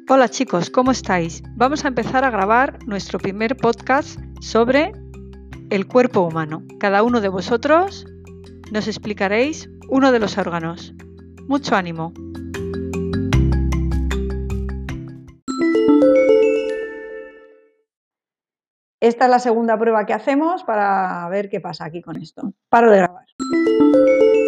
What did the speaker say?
Hola chicos, ¿cómo estáis? Vamos a empezar a grabar nuestro primer podcast sobre el cuerpo humano. Cada uno de vosotros nos explicaréis uno de los órganos. Mucho ánimo. Esta es la segunda prueba que hacemos para ver qué pasa aquí con esto. Paro de grabar.